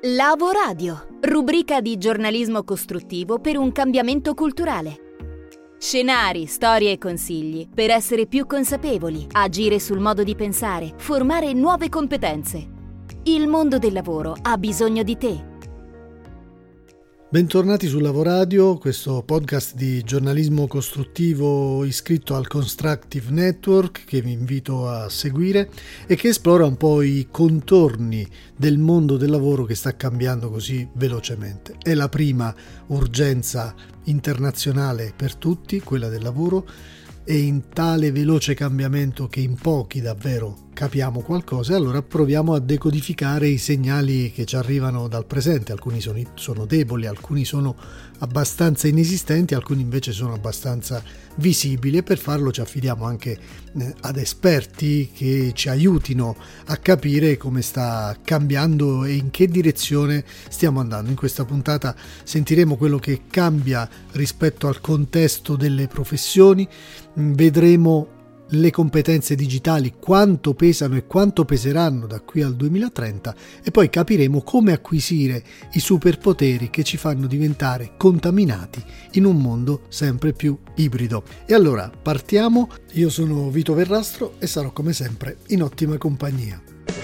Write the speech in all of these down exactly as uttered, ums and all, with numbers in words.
Lavoradio, rubrica di giornalismo costruttivo per un cambiamento culturale. Scenari, storie e consigli per essere più consapevoli, agire sul modo di pensare, formare nuove competenze. Il mondo del lavoro ha bisogno di te. Bentornati su Lavoradio, questo podcast di giornalismo costruttivo iscritto al Constructive Network che vi invito a seguire e che esplora un po' i contorni del mondo del lavoro che sta cambiando così velocemente. È la prima urgenza internazionale per tutti, quella del lavoro, e in tale veloce cambiamento che in pochi davvero capiamo qualcosa, allora proviamo a decodificare i segnali che ci arrivano dal presente. Alcuni sono, sono deboli, alcuni sono abbastanza inesistenti, alcuni invece sono abbastanza visibili, e per farlo ci affidiamo anche eh, ad esperti che ci aiutino a capire come sta cambiando e in che direzione stiamo andando. In questa puntata sentiremo quello che cambia rispetto al contesto delle professioni, vedremo le competenze digitali, quanto pesano e quanto peseranno da qui al duemilatrenta, e poi capiremo come acquisire i superpoteri che ci fanno diventare contaminati in un mondo sempre più ibrido. E allora partiamo, io sono Vito Verrastro e sarò come sempre in ottima compagnia.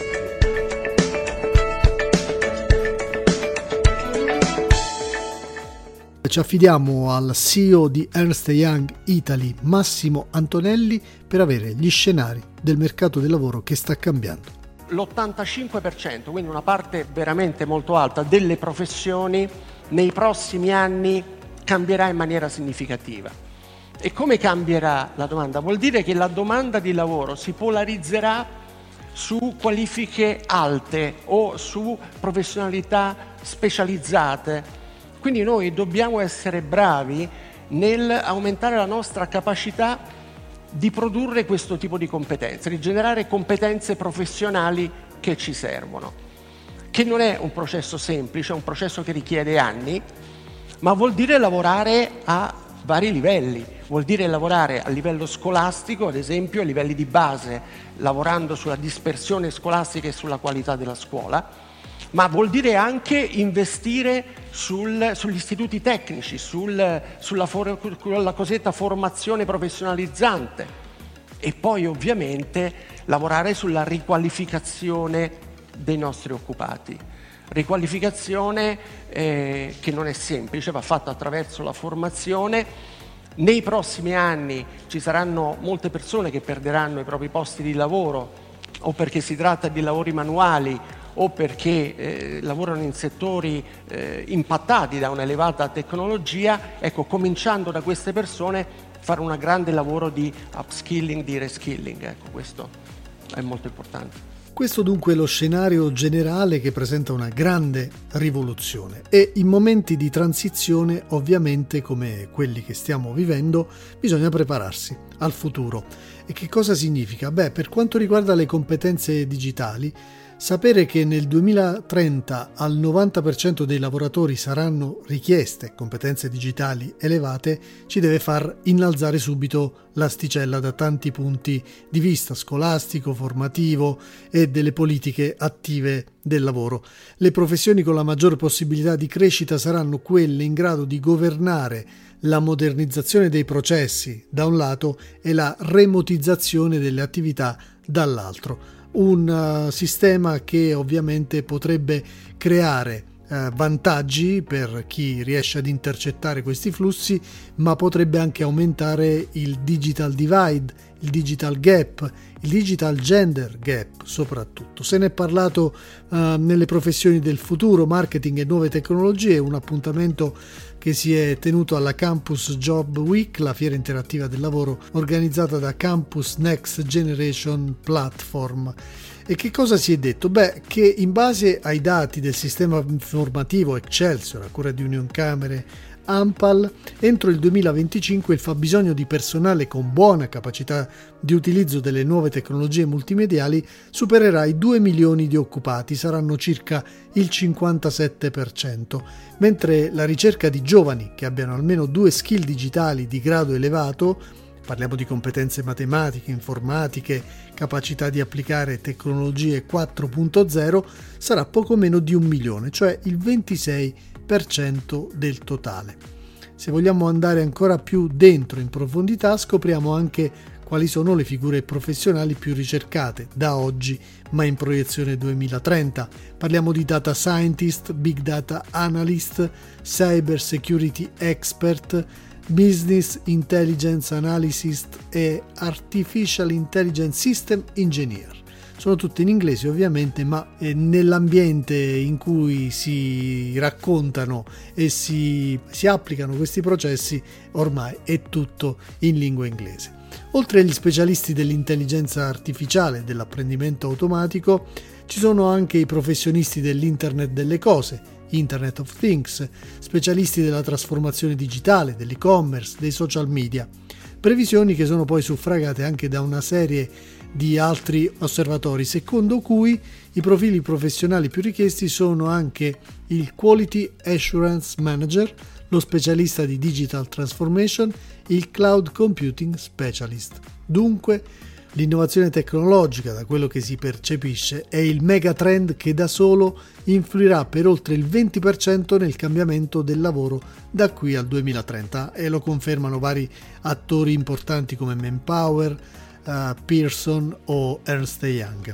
Ci affidiamo al C E O di Ernst and Young Italy, Massimo Antonelli, per avere gli scenari del mercato del lavoro che sta cambiando. L'ottantacinque per cento, quindi una parte veramente molto alta delle professioni, nei prossimi anni cambierà in maniera significativa. E come cambierà la domanda? Vuol dire che la domanda di lavoro si polarizzerà su qualifiche alte o su professionalità specializzate. Quindi noi dobbiamo essere bravi nel aumentare la nostra capacità di produrre questo tipo di competenze, di generare competenze professionali che ci servono, che non è un processo semplice, è un processo che richiede anni, ma vuol dire lavorare a vari livelli, vuol dire lavorare a livello scolastico, ad esempio a livelli di base, lavorando sulla dispersione scolastica e sulla qualità della scuola, ma vuol dire anche investire sul, sugli istituti tecnici, sul, sulla for, la cosiddetta formazione professionalizzante, e poi ovviamente lavorare sulla riqualificazione dei nostri occupati. Riqualificazione eh, che non è semplice, va fatta attraverso la formazione. Nei prossimi anni ci saranno molte persone che perderanno i propri posti di lavoro, o perché si tratta di lavori manuali, o perché eh, lavorano in settori eh, impattati da un'elevata tecnologia. Ecco, cominciando da queste persone, fare un grande lavoro di upskilling, di reskilling. Ecco, questo è molto importante. Questo dunque è lo scenario generale che presenta una grande rivoluzione, e in momenti di transizione, ovviamente come quelli che stiamo vivendo, bisogna prepararsi al futuro. E che cosa significa? Beh, per quanto riguarda le competenze digitali, sapere che nel duemilatrenta al novanta per cento dei lavoratori saranno richieste competenze digitali elevate ci deve far innalzare subito l'asticella da tanti punti di vista, scolastico, formativo e delle politiche attive del lavoro. Le professioni con la maggior possibilità di crescita saranno quelle in grado di governare la modernizzazione dei processi da un lato e la remotizzazione delle attività dall'altro. Un uh, sistema che ovviamente potrebbe creare uh, vantaggi per chi riesce ad intercettare questi flussi, ma potrebbe anche aumentare il digital divide, il digital gap, il digital gender gap soprattutto. Se ne è parlato uh, nelle professioni del futuro, marketing e nuove tecnologie, un appuntamento che si è tenuto alla Campus Job Week, la fiera interattiva del lavoro organizzata da Campus Next Generation Platform. E che cosa si è detto? Beh, che in base ai dati del sistema informativo Excelsior, a cura di Unioncamere ANPAL, entro il duemilaventicinque il fabbisogno di personale con buona capacità di utilizzo delle nuove tecnologie multimediali supererà i due milioni di occupati, saranno circa il cinquantasette per cento, mentre la ricerca di giovani che abbiano almeno due skill digitali di grado elevato parliamo di competenze matematiche, informatiche, capacità di applicare tecnologie quattro punto zero, sarà poco meno di un milione, cioè il ventisei per cento del totale. Se vogliamo andare ancora più dentro in profondità, scopriamo anche quali sono le figure professionali più ricercate da oggi, ma in proiezione duemilatrenta. Parliamo di data scientist, big data analyst, cyber security expert, business intelligence analyst e artificial intelligence system engineer. Sono tutte in inglese ovviamente, ma eh, nell'ambiente in cui si raccontano e si, si applicano questi processi ormai è tutto in lingua inglese. Oltre agli specialisti dell'intelligenza artificiale e dell'apprendimento automatico, ci sono anche i professionisti dell'Internet delle cose, Internet of Things, specialisti della trasformazione digitale, dell'e-commerce, dei social media. Previsioni che sono poi suffragate anche da una serie di altri osservatori, secondo cui i profili professionali più richiesti sono anche il Quality Assurance Manager, lo specialista di Digital Transformation, il Cloud Computing Specialist. Dunque, l'innovazione tecnologica, da quello che si percepisce, è il megatrend che da solo influirà per oltre il venti per cento nel cambiamento del lavoro da qui al duemilatrenta, e lo confermano vari attori importanti come Manpower, uh, Pearson o Ernst and Young.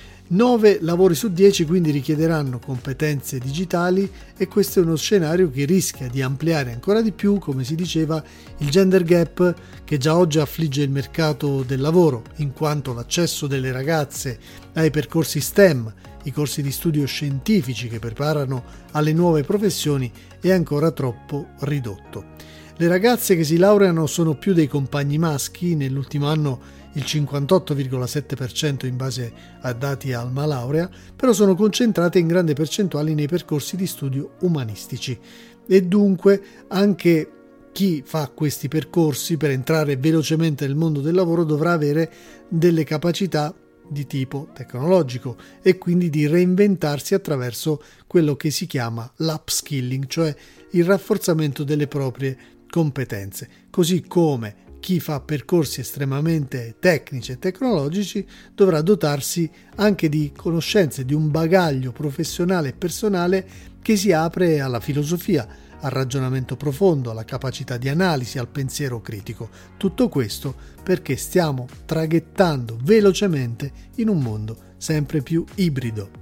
nove lavori su dieci quindi richiederanno competenze digitali, e questo è uno scenario che rischia di ampliare ancora di più, come si diceva, il gender gap che già oggi affligge il mercato del lavoro, in quanto l'accesso delle ragazze ai percorsi STEM, i corsi di studio scientifici che preparano alle nuove professioni, è ancora troppo ridotto. Le ragazze che si laureano sono più dei compagni maschi, nell'ultimo anno il cinquantotto virgola sette per cento in base a dati Alma Laurea, però sono concentrate in grande percentuale nei percorsi di studio umanistici, e dunque anche chi fa questi percorsi per entrare velocemente nel mondo del lavoro dovrà avere delle capacità di tipo tecnologico e quindi di reinventarsi attraverso quello che si chiama l'upskilling, cioè il rafforzamento delle proprie competenze, così come chi fa percorsi estremamente tecnici e tecnologici dovrà dotarsi anche di conoscenze, di un bagaglio professionale e personale che si apre alla filosofia, al ragionamento profondo, alla capacità di analisi, al pensiero critico. Tutto questo perché stiamo traghettando velocemente in un mondo sempre più ibrido.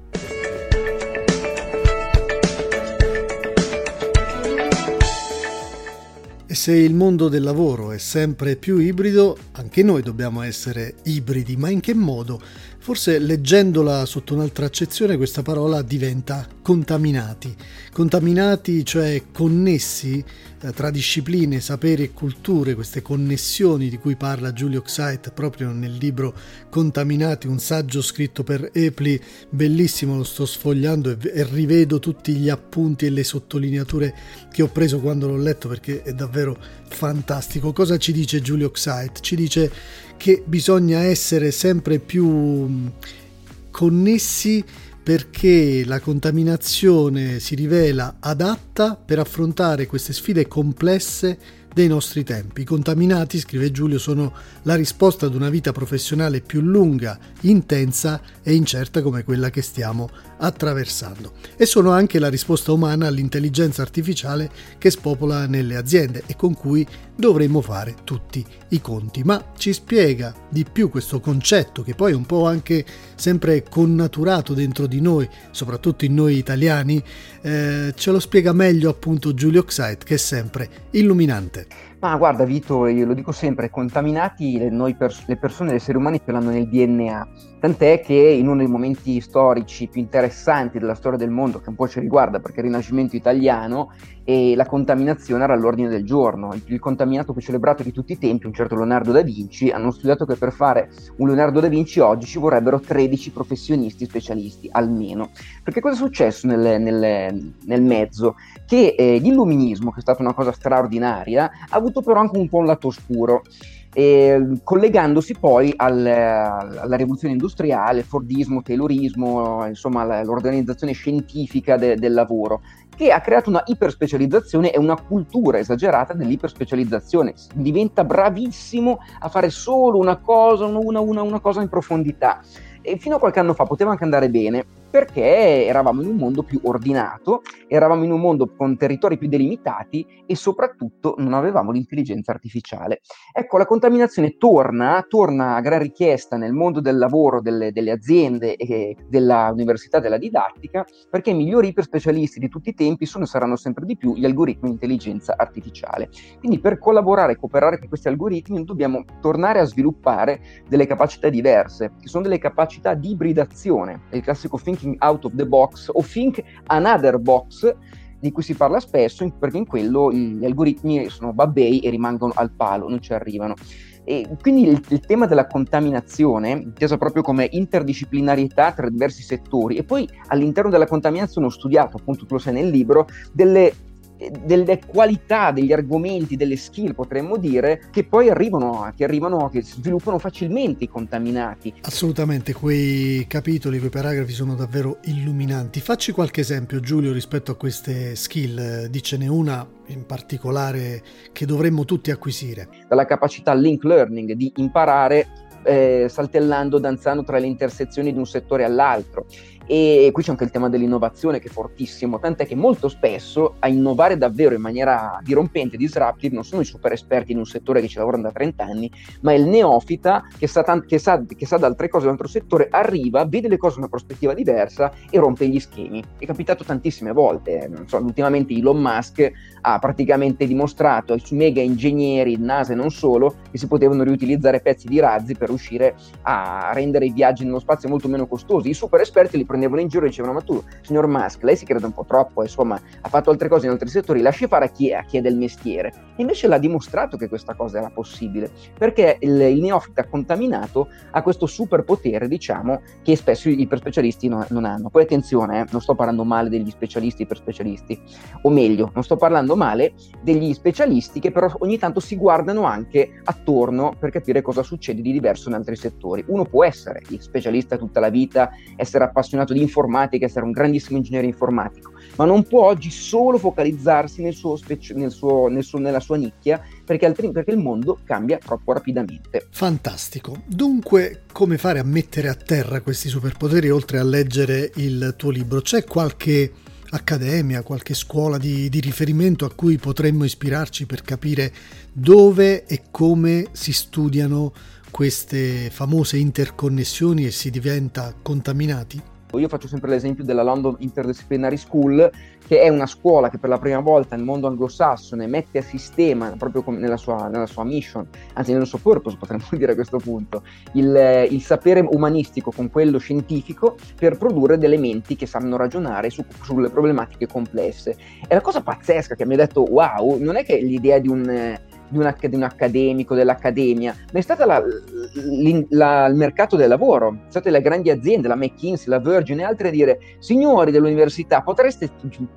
E se il mondo del lavoro è sempre più ibrido, anche noi dobbiamo essere ibridi, ma in che modo? Forse leggendola sotto un'altra accezione questa parola diventa contaminati. Contaminati, cioè connessi eh, tra discipline, saperi e culture, queste connessioni di cui parla Giulio Xait proprio nel libro Contaminati, un saggio scritto per Epli, bellissimo, lo sto sfogliando e, e rivedo tutti gli appunti e le sottolineature che ho preso quando l'ho letto perché è davvero fantastico. Cosa ci dice Giulio Xait? Ci dice che bisogna essere sempre più connessi perché la contaminazione si rivela adatta per affrontare queste sfide complesse dei nostri tempi. I contaminati, scrive Giulio, sono la risposta ad una vita professionale più lunga, intensa e incerta come quella che stiamo attraversando, e sono anche la risposta umana all'intelligenza artificiale che spopola nelle aziende e con cui dovremmo fare tutti i conti. Ma ci spiega di più questo concetto, che poi è un po' anche sempre connaturato dentro di noi, soprattutto in noi italiani, eh, ce lo spiega meglio appunto Giulio Xait, che è sempre illuminante. Ma guarda Vito, io lo dico sempre, contaminati le, noi pers- le persone, gli esseri umani ce l'hanno nel D N A, tant'è che in uno dei momenti storici più interessanti della storia del mondo, che un po' ci riguarda perché è il Rinascimento italiano, e la contaminazione era all'ordine del giorno. Il, il contaminato più celebrato di tutti i tempi, un certo Leonardo da Vinci, hanno studiato che per fare un Leonardo da Vinci oggi ci vorrebbero tredici professionisti specialisti almeno. Perché cosa è successo nel, nel, nel mezzo? Che eh, l'illuminismo, che è stata una cosa straordinaria, ha avuto però anche un po' un lato oscuro. E, collegandosi poi al, alla rivoluzione industriale, Fordismo, Taylorismo, insomma l'organizzazione scientifica de, del lavoro, che ha creato una iperspecializzazione e una cultura esagerata dell'iperspecializzazione. Diventa bravissimo a fare solo una cosa, una, una, una cosa in profondità. E fino a qualche anno fa poteva anche andare bene, perché eravamo in un mondo più ordinato, eravamo in un mondo con territori più delimitati e soprattutto non avevamo l'intelligenza artificiale. Ecco, la contaminazione torna, torna a gran richiesta nel mondo del lavoro, delle, delle aziende e dell'università, della didattica, perché i migliori iperspecialisti di tutti i tempi sono e saranno sempre di più gli algoritmi di intelligenza artificiale. Quindi per collaborare e cooperare con questi algoritmi dobbiamo tornare a sviluppare delle capacità diverse, che sono delle capacità di ibridazione, il classico thinking out of the box o think another box, di cui si parla spesso, perché in quello gli algoritmi sono babbei e rimangono al palo, non ci arrivano. E quindi il, il tema della contaminazione, inteso proprio come interdisciplinarietà tra diversi settori, e poi all'interno della contaminazione ho studiato, appunto tu lo sai nel libro, delle delle qualità, degli argomenti, delle skill, potremmo dire, che poi arrivano, che arrivano, che sviluppano facilmente i contaminati. Assolutamente, quei capitoli, quei paragrafi sono davvero illuminanti. Facci qualche esempio, Giulio, rispetto a queste skill. Dicene una in particolare che dovremmo tutti acquisire. Dalla capacità link learning, di imparare eh, saltellando, danzando tra le intersezioni di un settore all'altro. E qui c'è anche il tema dell'innovazione, che è fortissimo, tant'è che molto spesso a innovare davvero in maniera dirompente, disruptive, non sono i super esperti in un settore che ci lavorano da trenta anni, ma il neofita che sa, tant- che sa, che sa da altre cose dell'altro settore, arriva, vede le cose in una prospettiva diversa e rompe gli schemi. È capitato tantissime volte, non so, ultimamente Elon Musk ha praticamente dimostrato ai suoi mega ingegneri, NASA e non solo, che si potevano riutilizzare pezzi di razzi per riuscire a rendere i viaggi nello spazio molto meno costosi. I super esperti li prendevano in giro e dicevano: ma tu, signor Musk, lei si crede un po' troppo, insomma, ha fatto altre cose in altri settori, lasci fare a chi è, a chi è del mestiere. E invece l'ha dimostrato che questa cosa era possibile, perché il, il neofita contaminato ha questo superpotere, diciamo, che spesso i iperspecialisti no, non hanno. Poi attenzione, eh, non sto parlando male degli specialisti iperspecialisti, o meglio, non sto parlando male degli specialisti che però ogni tanto si guardano anche attorno per capire cosa succede di diverso in altri settori. Uno può essere specialista tutta la vita, essere appassionato di informatica, essere un grandissimo ingegnere informatico, ma non può oggi solo focalizzarsi nel suo speci- nel suo, nel suo, nella sua nicchia, perché, altri, perché il mondo cambia troppo rapidamente. Fantastico. Dunque, come fare a mettere a terra questi superpoteri oltre a leggere il tuo libro? C'è qualche accademia, qualche scuola di, di riferimento a cui potremmo ispirarci per capire dove e come si studiano queste famose interconnessioni e si diventa contaminati? Io faccio sempre l'esempio della London Interdisciplinary School, che è una scuola che per la prima volta nel mondo anglosassone mette a sistema, proprio nella sua, nella sua mission, anzi nel suo purpose potremmo dire a questo punto, il, il sapere umanistico con quello scientifico per produrre delle menti che sanno ragionare su, sulle problematiche complesse. E la cosa pazzesca che mi ha detto: wow, non è che l'idea di un... Di un, di un accademico, dell'accademia, ma è stata la, la, il mercato del lavoro, sono state le grandi aziende, la McKinsey, la Virgin e altre, a dire: signori dell'università, potreste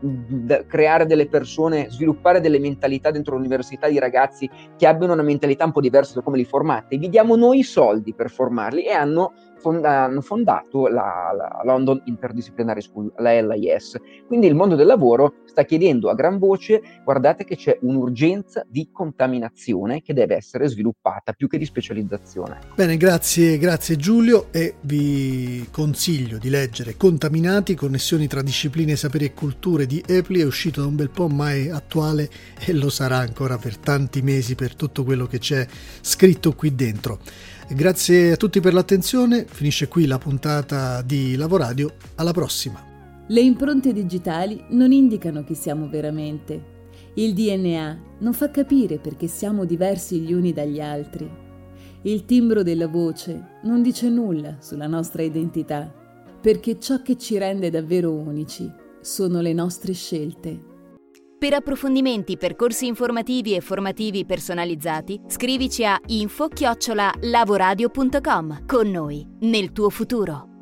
creare delle persone, sviluppare delle mentalità dentro l'università di ragazzi che abbiano una mentalità un po' diversa da come li formate, vi diamo noi i soldi per formarli. E hanno hanno fondato la, la London Interdisciplinary School, la L I S. Quindi il mondo del lavoro sta chiedendo a gran voce: guardate che c'è un'urgenza di contaminazione che deve essere sviluppata più che di specializzazione. Bene, grazie, grazie Giulio, e vi consiglio di leggere Contaminati, connessioni tra discipline, saperi e culture di Epli. È uscito da un bel po', ma è attuale e lo sarà ancora per tanti mesi per tutto quello che c'è scritto qui dentro. Grazie a tutti per l'attenzione, finisce qui la puntata di Lavoradio, alla prossima. Le impronte digitali non indicano chi siamo veramente. Il D N A non fa capire perché siamo diversi gli uni dagli altri. Il timbro della voce non dice nulla sulla nostra identità, perché ciò che ci rende davvero unici sono le nostre scelte. Per approfondimenti, percorsi informativi e formativi personalizzati, scrivici a info chiocciola lavoradio punto com. Con noi, nel tuo futuro.